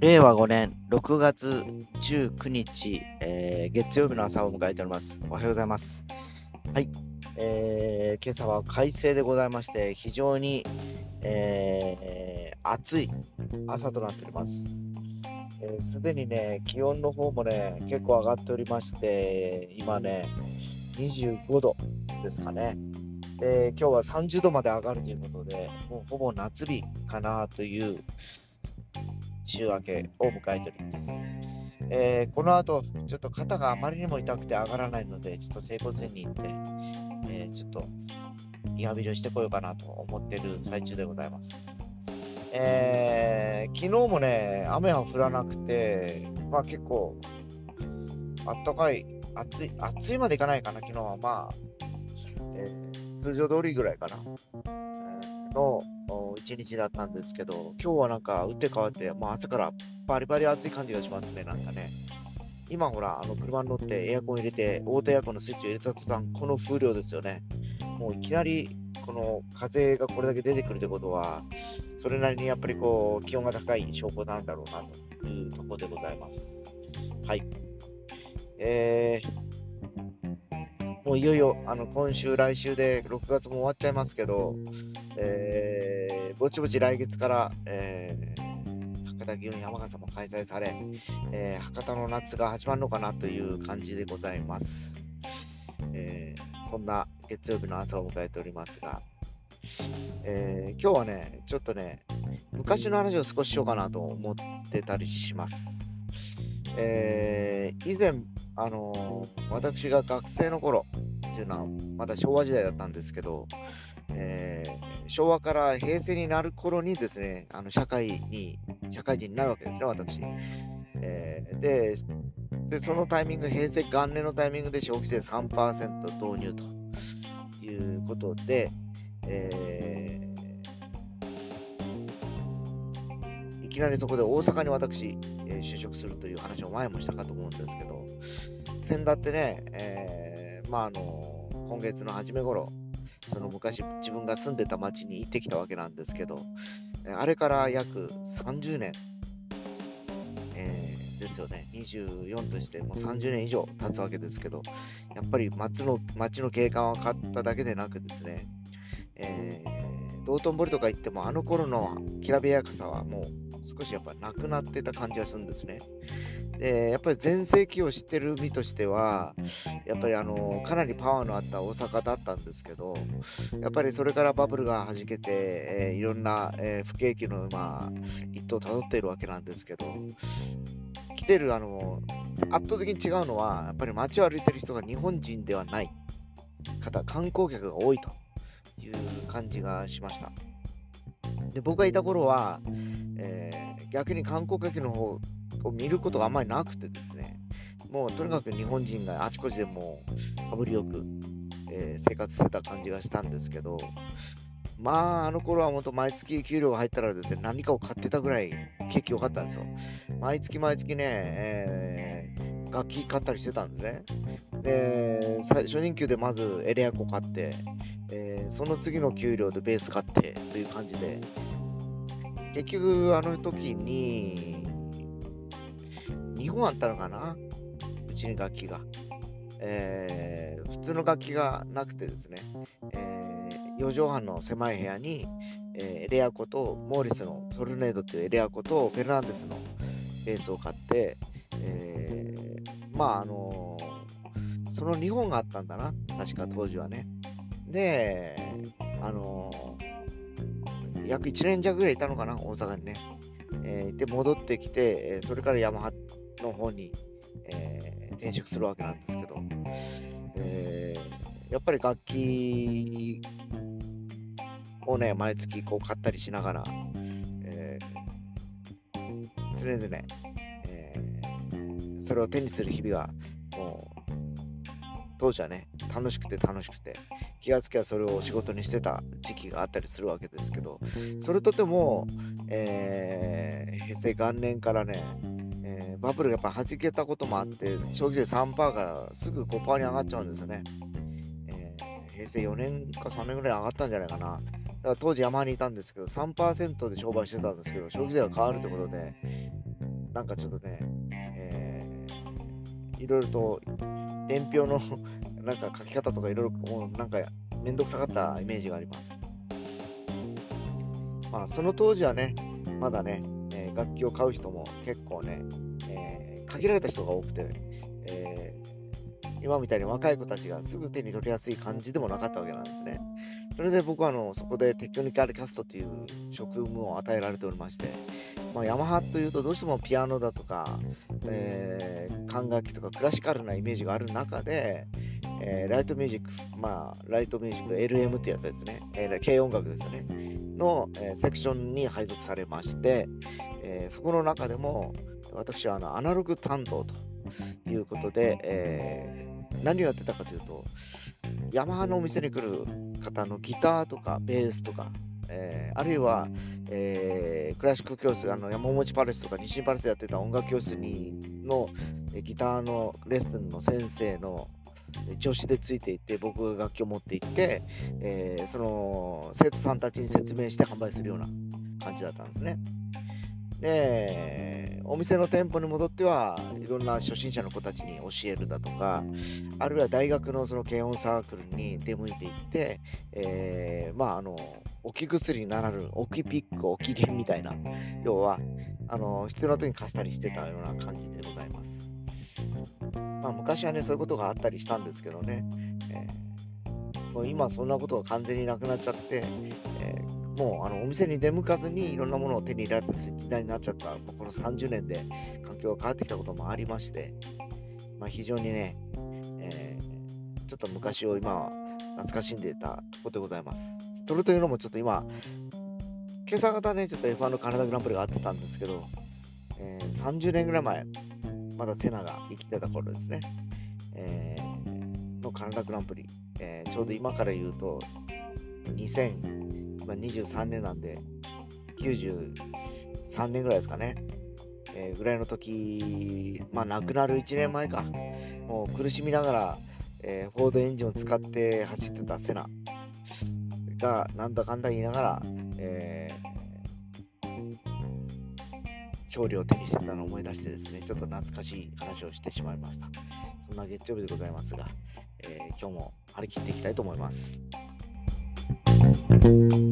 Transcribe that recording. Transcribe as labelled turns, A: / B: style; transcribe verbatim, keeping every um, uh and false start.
A: れいわごねんろくがつじゅうくにち、えー月曜日の朝を迎えております。おはようございます。はい、えー今朝は快晴でございまして、非常に、えー暑い朝となっております。えーすでにね、気温の方もね、結構上がっておりまして、今ね、にじゅうごどですかね。で、今日はさんじゅうどまで上がるということで、もうほぼ夏日かなという週明けを迎えております。えーこの後、ちょっと肩があまりにも痛くて上がらないので、ちょっと整骨院に行って、えーちょっとリハビリをしてこようかなと思っている最中でございます。えー昨日もね、雨は降らなくて、まあ結構、あったかい、暑い、暑いまでいかないかな、昨日は。まあ、えー通常通りぐらいかな。えーのお一日だったんですけど、今日はなんか打って変わって、もう朝からバリバリ暑い感じがしますね、なんかね。今ほら、あの車に乗ってエアコン入れて、オートエアコンのスイッチを入れた途端、この風量ですよね。もういきなり、この風がこれだけ出てくるってことは、それなりにやっぱりこう、気温が高い証拠なんだろうなというところでございます。はい。えー、もういよいよ、あの、今週、来週でろくがつも終わっちゃいますけど、えー、ぼちぼち来月から、えー博多祇園山笠も開催され、えー博多の夏が始まるのかなという感じでございます。えーそんな月曜日の朝を迎えておりますが、えー今日はね、ちょっとね、昔の話を少ししようかなと思ってたりします。えー以前、あのー私が学生の頃っていうのは、まだ昭和時代だったんですけど、えー昭和から平成になる頃にですね、あの社会に、社会人になるわけですね、私。えーでで、そのタイミング、平成元年のタイミングで消費税さんパーセント導入ということで、えーいきなりそこで大阪に私、えー就職するという話を前もしたかと思うんですけど、先だってね、えーまああの今月の初め頃、その昔自分が住んでた町に行ってきたわけなんですけど、えーあれから約さんじゅうねん、えーですよね。にじゅうよんとしてもうさんじゅうねん以上経つわけですけど、やっぱり街の街の景観は変わっただけでなくですね、えー道頓堀とか行ってもあの頃のきらびやかさはもう少しやっぱなくなってた感じがするんですね。で、やっぱり全盛期を知ってる身としては、やっぱりあのかなりパワーのあった大阪だったんですけど、やっぱりそれからバブルが弾けて、えーいろんな、えー不景気の、まあ、一途をたどっているわけなんですけど、来てるあの圧倒的に違うのは、やっぱり街を歩いてる人が日本人ではない方、観光客が多いという感じがしました。で、僕がいた頃は、えー逆に観光客の方を見ることがあんまりなくてですね、もうとにかく日本人があちこちでもうかぶりよく、えー生活してた感じがしたんですけど、まあ、あの頃は本当毎月給料が入ったらですね、何かを買ってたぐらい景気良かったんですよ。毎月毎月ね、えー楽器買ったりしてたんですね。で、最初任給でまずエレアコ買って、えーその次の給料でベース買ってという感じで、結局あの時ににほんあったのかな、うちに楽器が。えー普通の楽器がなくてですね、えよじはんの狭い部屋に、えーエレアコとモーリスのトルネードというエレアコとフェルナンデスのベースを買って、えーまああのーそのにほんがあったんだな、確か当時はね。で、あのー約いちねん弱ぐらいいたのかな、大阪にね。えーで、戻ってきて、えーそれからヤマハの方に、えー転職するわけなんですけど、えーやっぱり楽器をね、毎月こう買ったりしながら、えー常々、えーそれを手にする日々が、もう、当時はね、楽しくて楽しくて、気がつけばそれを仕事にしてた時期があったりするわけですけど、それとても、えー平成元年からね、えーバブルがやっぱ弾けたこともあって、消費税さんパーセントからすぐごパーセントに上がっちゃうんですよね。えー平成よねんかさんねんぐらい上がったんじゃないかな。だから当時山にいたんですけど、さんパーセントで商売してたんですけど、消費税が変わるということで、 なんかちょっとね、えー、いろいろと伝票のなんか書き方とかいろいろもうなんかめんどくさかったイメージがあります。まあその当時はね、まだね、えー楽器を買う人も結構ね、えー限られた人が多くて、えー今みたいに若い子たちがすぐ手に取りやすい感じでもなかったわけなんですね。それで僕はあのそこでテクニカルキャストという職務を与えられておりまして、まあ、ヤマハというとどうしてもピアノだとか、えー管楽器とかクラシカルなイメージがある中で、えーライトミュージック、まあ、ライトミュージック エルエム ってやつですね、えー軽音楽ですよね、の、えーセクションに配属されまして、えーそこの中でも私はあのアナログ担当ということで、えー何をやってたかというと、ヤマハのお店に来る方のギターとかベースとか、えーあるいは、えークラシック教室、あの山本パレスとか日清パレスでやってた音楽教室にのえーギターのレッスンの先生のえー助手でついていって、僕が楽器を持って行って、えーその生徒さんたちに説明して販売するような感じだったんですね。で、お店の店舗に戻ってはいろんな初心者の子たちに教えるだとか、あるいは大学のその軽音サークルに出向いていって、えーまああの置き薬にならぬ置きピック置き弦みたいな、要はあの必要な時に貸したりしてたような感じでございます。まあ昔はねそういうことがあったりしたんですけどね、えーもう今そんなことが完全になくなっちゃって、えーもうあのお店に出向かずにいろんなものを手に入れられた時代になっちゃった、まあこのさんじゅうねんで環境が変わってきたこともありまして、まあ、非常にね、えーちょっと昔を今は懐かしんでいたところでございます。それというのもちょっと今、今朝方ね、ちょっと エフワン のカナダグランプリがあってたんですけど、えーさんじゅうねんぐらい前、まだセナが生きてた頃ですね、えーのカナダグランプリ、えーちょうど今から言うと、にせんにじゅうさんねんなんで、きゅうじゅうさんねんぐらいですかね、えーぐらいの時、まあ亡くなるいちねんまえか、もう苦しみながら、えーフォードエンジンを使って走ってたセナがなんだかんだ言いながら、えー勝利を手にしてたのを思い出してですね、ちょっと懐かしい話をしてしまいました。そんな月曜日でございますが、えー今日も張り切っていきたいと思います。